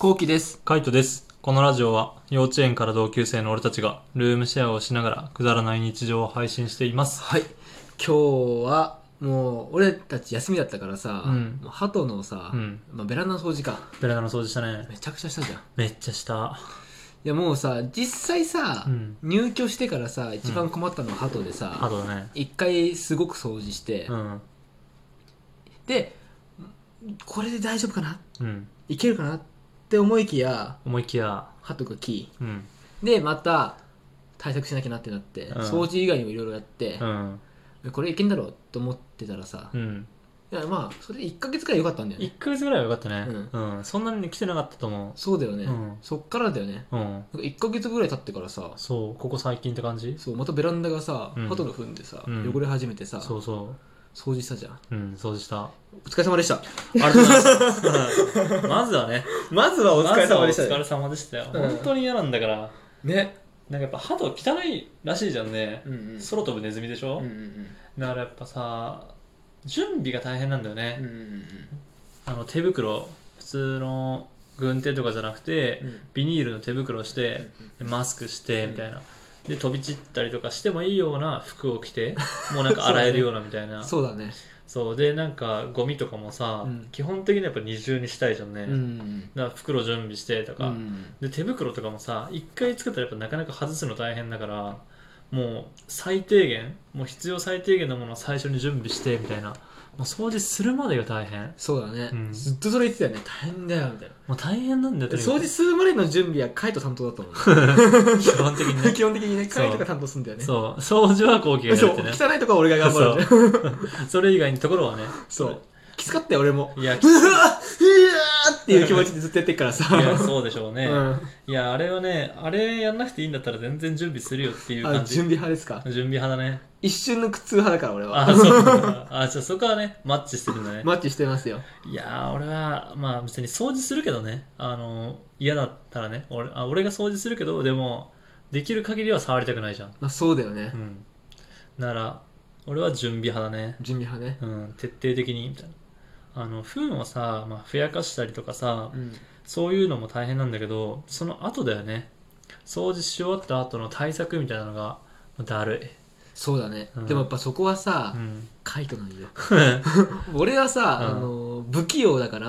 こうきです。 カイトです。このラジオは幼稚園から同級生の俺たちがルームシェアをしながらくだらない日常を配信しています。 はい。今日はもう俺たち休みだったからさ、もう鳩のさ、ベランダの掃除か。 ベランダの掃除したね。 めちゃくちゃしたじゃん。 めっちゃした。 いやもうさ、実際さ、入居してからさ、一番困ったのは鳩でさ、 鳩だね。 一回すごく掃除して、で、これで大丈夫かな、いけるかなって思いきや、鳩が来、で、また対策しなきゃなってなって、掃除以外にもいろいろやって、これいけんだろうと思ってたらさ、いやまあそれで1ヶ月くらい良かったんだよね。 1ヶ月ぐらいは良かったね。そんなに来てなかったと思う。 そうだよね、そっからだよね。1ヶ月ぐらい経ってからさ、 そうここ最近って感じ。 そうまたベランダがさ、鳩の糞でさ、汚れ始めてさ、 そう掃除したじゃん。 掃除した。 お疲れ様でした。 ありがとうございますまずはね、 まずはお疲れ様でした、 お疲れ様でしたよ。本当に嫌なんだからね。 なんかやっぱ鳩汚いらしいじゃんね。空飛ぶネズミでしょ。だからやっぱさ、準備が大変なんだよね。手袋、普通の軍手とかじゃなくて、ビニールの手袋して、マスクしてみたいな、で飛び散ったりとかしてもいいような服を着て、もうなんか洗えるようなみたいなそうだね。 そうで、なんかゴミとかもさ、基本的にやっぱ二重にしたいじゃんね。だから袋準備してとか、で手袋とかもさ、一回つけたらやっぱなかなか外すの大変だから、もう最低限、もう必要最低限のものを最初に準備してみたいな、もう掃除するまでが大変。 そうだね、ずっとそれ言ってたよね。大変だよみたいな。 もう大変なんだよ。 掃除するまでの準備はカイト担当だと思う基本的にね。 基本的にね、カイトが担当するんだよね。 そう掃除は後期がやってね。 汚いとこは俺が頑張る。 それ以外のところはね。 そうきつかったよ俺も。 いや、 うわっていう気持ちでずっとやってっからさ。 いやそうでしょうね。いやあれはね、あれやんなくていいんだったら全然準備するよっていう感じ。 準備派ですか。 準備派だね。 一瞬の苦痛派だから俺は。 そうか。じゃあそこはねマッチしてるんだね。 マッチしてますよ。 いや俺はまあ別に掃除するけどね、嫌だったらね、俺が掃除するけど、でもできる限りは触りたくないじゃん。 まあそうだよね。 なら俺は準備派だね。 準備派ね。徹底的にみたいな。糞をさ、ふやかしたりとかさ、そういうのも大変なんだけど、その後だよね。掃除し終わった後の対策みたいなのがだるい。 そうだね、でもやっぱそこはさ、カイトなんよ俺はさ、不器用だから、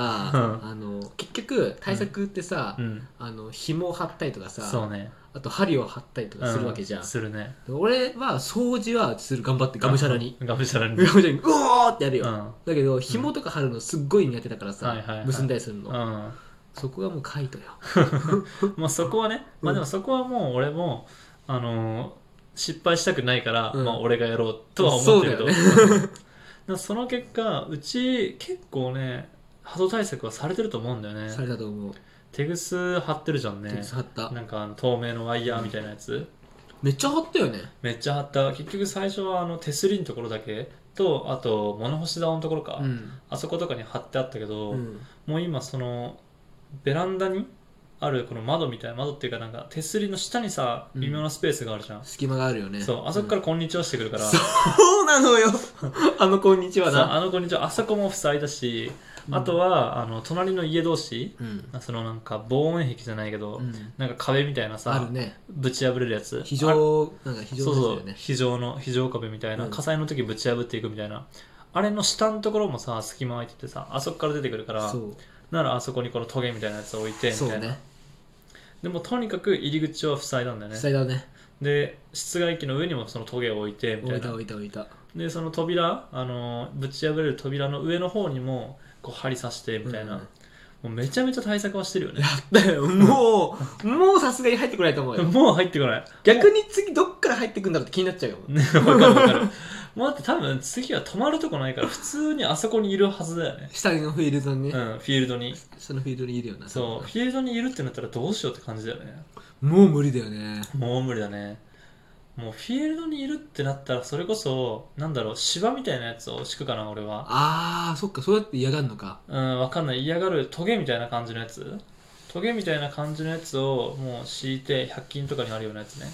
結局対策ってさ、紐を張ったりとかさ、 そうね、 あと針を張ったりとかするわけじゃん。 するね。 俺は掃除はする、頑張ってがむしゃらにうおーってやるよ。だけど紐とか張るのすっごい苦手だからさ、結んだりするの。そこがもうカイトよ。 まあそこはね、まあでもそこはもう俺も失敗したくないから、まあ俺がやろうとは思ってるけど、その結果うち結構ね鳩対策はされてると思うんだよね。 されたと思う。 テグス貼ってるじゃんね。 テグス貼った。 なんか透明のワイヤーみたいなやつ、 めっちゃ貼ったよね。 めっちゃ貼った。結局最初は手すりのところだけと、あと物干し竿のところか、あそことかに貼ってあったけど、もう今そのベランダにあるこの窓みたいな、窓っていうかなんか手すりの下にさ、微妙なスペースがあるじゃん。 隙間があるよね。 そう、あそこからこんにちはしてくるから、 そうなのよこんにちはな。 こんにちは、あそこも塞いだし、あとは隣の家同士、そのなんか防音壁じゃないけど、なんか壁みたいなさ、 あるね、 ぶち破れるやつ、 非常なんか非常ですよね。 非常壁みたいな、火災の時ぶち破っていくみたいな、あれの下のところもさ隙間空いててさ、あそこから出てくるから、ならあそこにこのトゲみたいなやつを置いてみたいな。でもとにかく入り口を塞いだんだよね。 塞いだね。 で室外機の上にもそのトゲを置いてみたいな。 置いた。 でその扉、ぶち破れる扉の上の方にもこう針刺してみたいな、もうめちゃめちゃ対策はしてるよね。 やったよ。もうさすがに入ってこないと思うよ。 もう入ってこない。 逆に次どっから入ってくんだろうって気になっちゃうよね。わかるもうだって多分次は止まるとこないから、普通にあそこにいるはずだよね。 下のフィールドにね。 フィールドに。 下のフィールドにいるよな。 そう、フィールドにいるってなったらどうしようって感じだよね。 もう無理だよね。 もう無理だね。もうフィールドにいるってなったら、それこそなんだろう、芝みたいなやつを敷くかな俺は。 そっか、そうやって嫌がるのか。 わかんない。嫌がるトゲみたいな感じのやつ、トゲみたいな感じのやつをもう敷いて、100均とかにあるようなやつね、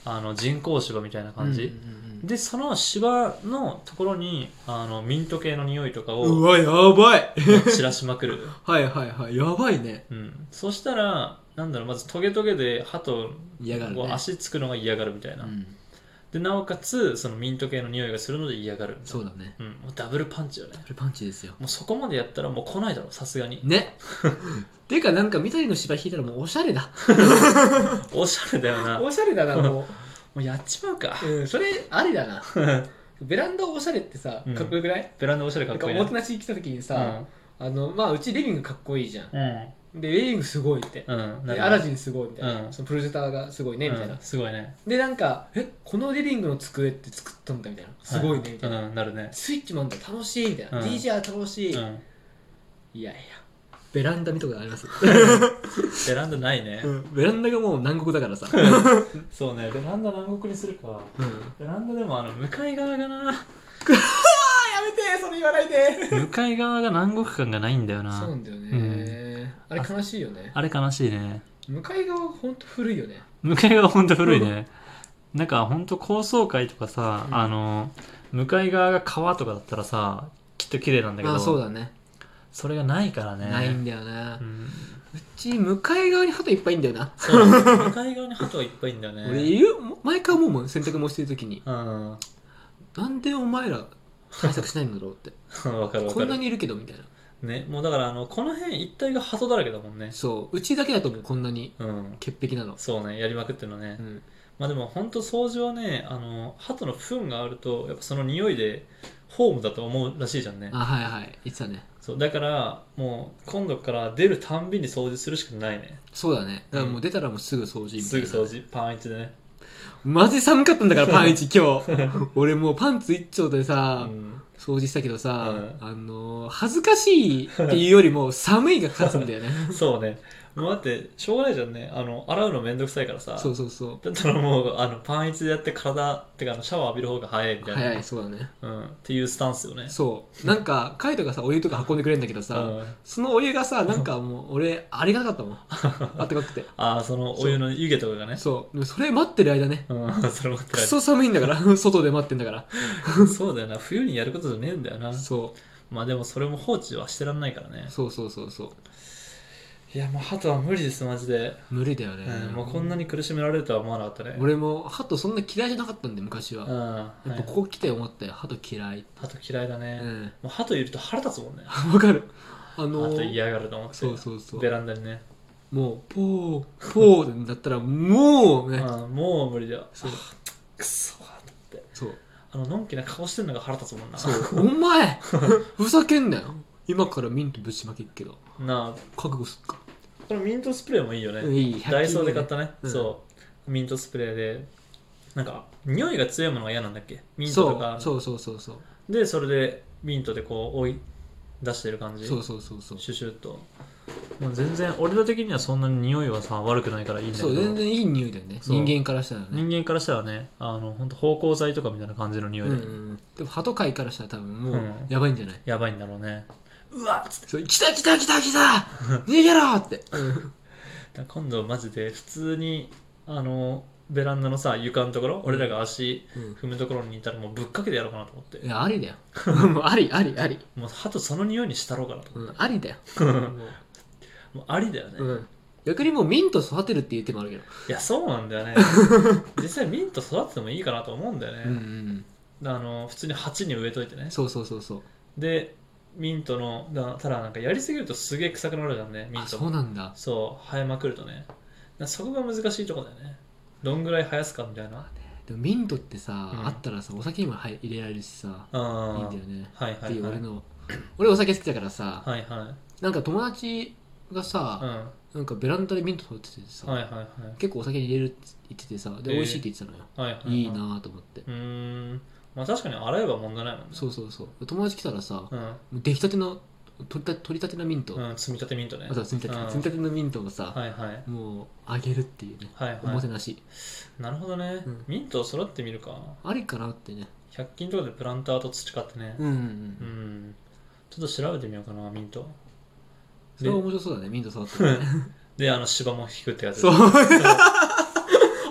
人工芝みたいな感じ、でその芝のところにミント系の匂いとかをうわやばい散らしまくるはいはいはいやばいね、 そしたらなんだろう、まずトゲトゲで鳩嫌がる、 ね、足つくのが嫌がるみたいな、でなおかつそのミント系の匂いがするので嫌がるみたいな。 そうだね、 もうダブルパンチよね。 ダブルパンチですよ。 もうそこまでやったらもう来ないだろさすがにねていうかなんか緑の芝引いたらもうおしゃれだおしゃれだよなおしゃれだなもうやっちまうか、 それありだなベランダおしゃれってさかっこよくない、 ベランダおしゃれかっこいい、ね、 おもてなしに来た時にさ、まあうちリビングかっこいいじゃん、でリビングすごいって、でアラジンすごいみたいな、そのプロジェクターがすごいねみたいな、すごいね。でなんかこのリビングの机って作ったんだみたいな、すごいねみたいな、なるね。スイッチもあんだ楽しいみたいな、DJ は楽しい、いやいやベランダ見たことありますベランダないね、 ベランダがもう南国だからさそうね、ベランダ南国にするか、ベランダでも向かい側がなやめてそれ言わないで向かい側が南国感がないんだよな。 そうなんだよね、あれ悲しいよね。 あれ悲しいね。 向かい側ほんと古いよね。 向かい側ほんと古いねなんかほんと高層階とかさ、向かい側が川とかだったらさきっと綺麗なんだけど、 そうだね、それがないからね。 ないんだよね、うち向かい側に鳩いっぱいいんだよな。 そう向かい側に鳩がいっぱいいんだよね。 俺毎回思うもん、洗濯もしてる時に、なんでお前ら対策しないんだろうってわかるこんなにいるけどみたいなね。もうだからこの辺一帯が鳩だらけだもんね。 そううちだけだと思う、こんなに潔癖なの、 そうね、やりまくってるのね、まあでも本当掃除はね、鳩の糞があるとやっぱその匂いでホームだと思うらしいじゃんね。 はいはい言ってたね。 そうだからもう今度から出るたんびに掃除するしかないね。 そうだね、だからもう出たらもうすぐ掃除みたいな、 すぐ掃除パン1でね。 マジ寒かったんだからパン1今日俺もうパンツ一丁でさ、掃除したけどさ、恥ずかしいっていうよりも寒いが勝つんだよねそうね、もうだってしょうがないじゃんね、洗うのめんどくさいからさ。 そうそうそう、 だったらもうパン1でやって体ってかシャワー浴びる方が早いみたいな。 早い、そうだね、 っていうスタンスよね。 そうなんかカイトがさお湯とか運んでくれるんだけどさ、そのお湯がさなんかもう俺ありがたかったもんあったかくてそのお湯の湯気とかがね。 そうでもそれ待ってる間ね、 それ待ってる間クソ寒いんだから外で待ってんだからそうだよな、冬にやることじゃねえんだよな。そうまあでもそれも放置はしてらんないからね。 そうそうそうそう、 いやもう鳩は無理ですマジで。 無理だよね、 もうこんなに苦しめられるとは思わなかったね。 俺も鳩そんな嫌いじゃなかったんで昔は、やっぱここ来て思ったよ、鳩嫌い。 鳩嫌いだね、もう鳩いると腹立つもんねわかる、 鳩嫌がると思って。 そうそうそう、 ベランダにね、 もうポーポーだったらもうねもう無理だよ。くそーってそうのんきな顔してんのが腹立つもんな。 そうお前ふざけんなよ、今からミントぶちまけるけどなあ、 覚悟すっか。 これミントスプレーもいいよね。 いいダイソーで買ったね、そうミントスプレーでなんか匂いが強いものが嫌なんだっけ、ミントとか。そうでそれでミントでこう追い出してる感じ。そうシュシュッと。もう全然俺ら的にはそんなに匂いはさ悪くないからいいんだけど。 そう全然いい匂いだよね、人間からしたらね。 人間からしたらね、ほんと芳香剤とかみたいな感じの匂いで、 でも鳩飼いからしたら多分もうやばいんじゃない、 やばいんだろうね。うわっつって、 来た来た来た来た逃げろって、 今度マジで普通にベランダのさ床のところ、俺らが足踏むところにいたらもうぶっかけてやろうかなと思って。 いやありだよもうありもう鳩その匂いにしたろうかなと思って、 ありだよもうありだよね、 逆にもうミント育てるっていう手もあるけど。 いやそうなんだよね実際ミント育ててもいいかなと思うんだよね、普通に鉢に植えといてね。そうでミントのただなんかやりすぎるとすげえ臭くなるじゃんね、ミント。そうなんだ。そう生えまくるとね、そこが難しいところだよね、どんぐらい生やすかみたいな。 でもミントってさ、あったらさお酒にも入れられるしさ、いいんだよね。っていう俺お酒好きだからさ、なんか友達がさ、なんかベランダでミント育てててさ、結構お酒に入れるって言っててさ、で美味しいって言ってたのよ。いいなと思って。 まあ確かに洗えば問題ないもんね。そう友達来たらさ、出来たての取りたてのミント、 積み立てミントね。 積み立てのミントをさ、もうあげるっていうね、おもてなし。 なるほどね、ミントを育ってみるか。 ありかなってね。 100均とかでプランターと土買ってね。ちょっと調べてみようかな、ミント。それは面白そうだね、ミント育ってるねで芝も引くってやつ。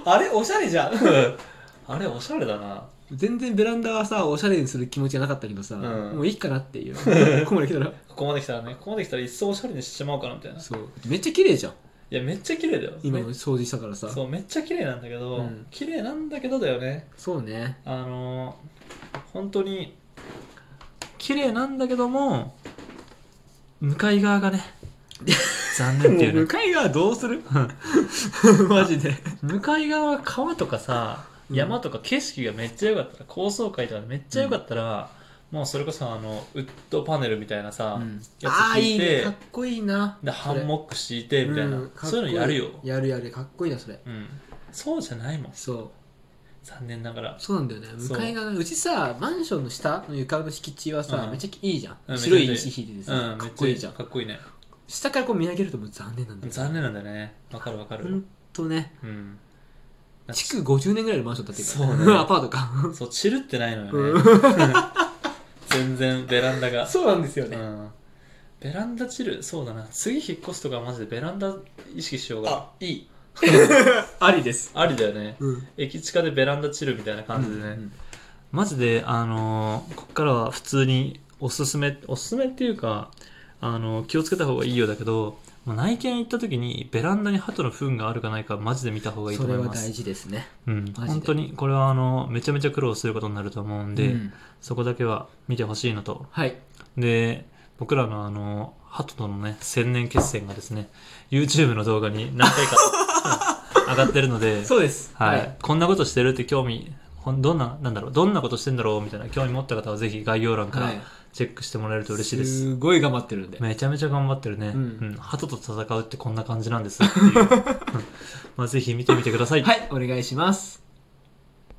あれおしゃれじゃんあれおしゃれだな。 全然ベランダはさおしゃれにする気持ちがなかったけどさ、もういいかなっていうここまで来たらここまで来たらね、ここまで来たら一層おしゃれにしちまおうかなみたいな。 そうめっちゃ綺麗じゃん。 いやめっちゃ綺麗だよ。 今も掃除したからさ。 そうめっちゃ綺麗なんだけど、綺麗なんだけどだよね。 そうね。 本当に綺麗なんだけども向かい側がね残念っていうね。 向かい側どうするマジで向かい側川とかさ、山とか景色がめっちゃ良かったら、高層階とかめっちゃ良かったら、もうそれこそウッドパネルみたいなさ、 やつ引いて、いいね、かっこいいな。 でハンモック敷いてみたいな、そういうのやるよ。 やるかっこいいなそれ。 そうじゃないもん。 そう残念ながら。 そうなんだよね。向かい側うちさマンションの下の床の敷地はさ、めっちゃいいじゃん。白い石引いててさ、かっこいいじゃん。 かっこいいね。 下からこう見上げるともう残念なんだよね。 残念なんだよね。わかるほんとね。築50年ぐらいのマンション建ってるから、 そうね、 アパートかそうチルってないのよね全然ベランダが。 そうなんですよね、 ベランダチル。そうだな、次引っ越すとかマジでベランダ意識しようが。 あ、いいありです。 ありだよね、駅地下でベランダチルみたいな感じでね、マジでこっからは普通におすすめっていうか気をつけた方がいいようだけど、内見行った時にベランダに鳩の糞があるかないかマジで見た方がいいと思います。 それは大事ですね。 本当にこれはめちゃめちゃ苦労することになると思うんで、そこだけは見てほしいのと、で僕らの鳩とのね千年決戦がですね YouTube の動画に何回か上がってるのでそうです、 こんなことしてるって興味、どんなことしてんだろうみたいな興味持った方はぜひ概要欄からチェックしてもらえると嬉しいです。 すごい頑張ってるんで。 めちゃめちゃ頑張ってるね。鳩と戦うってこんな感じなんですっていうぜひ見てみてください。 はい、お願いします。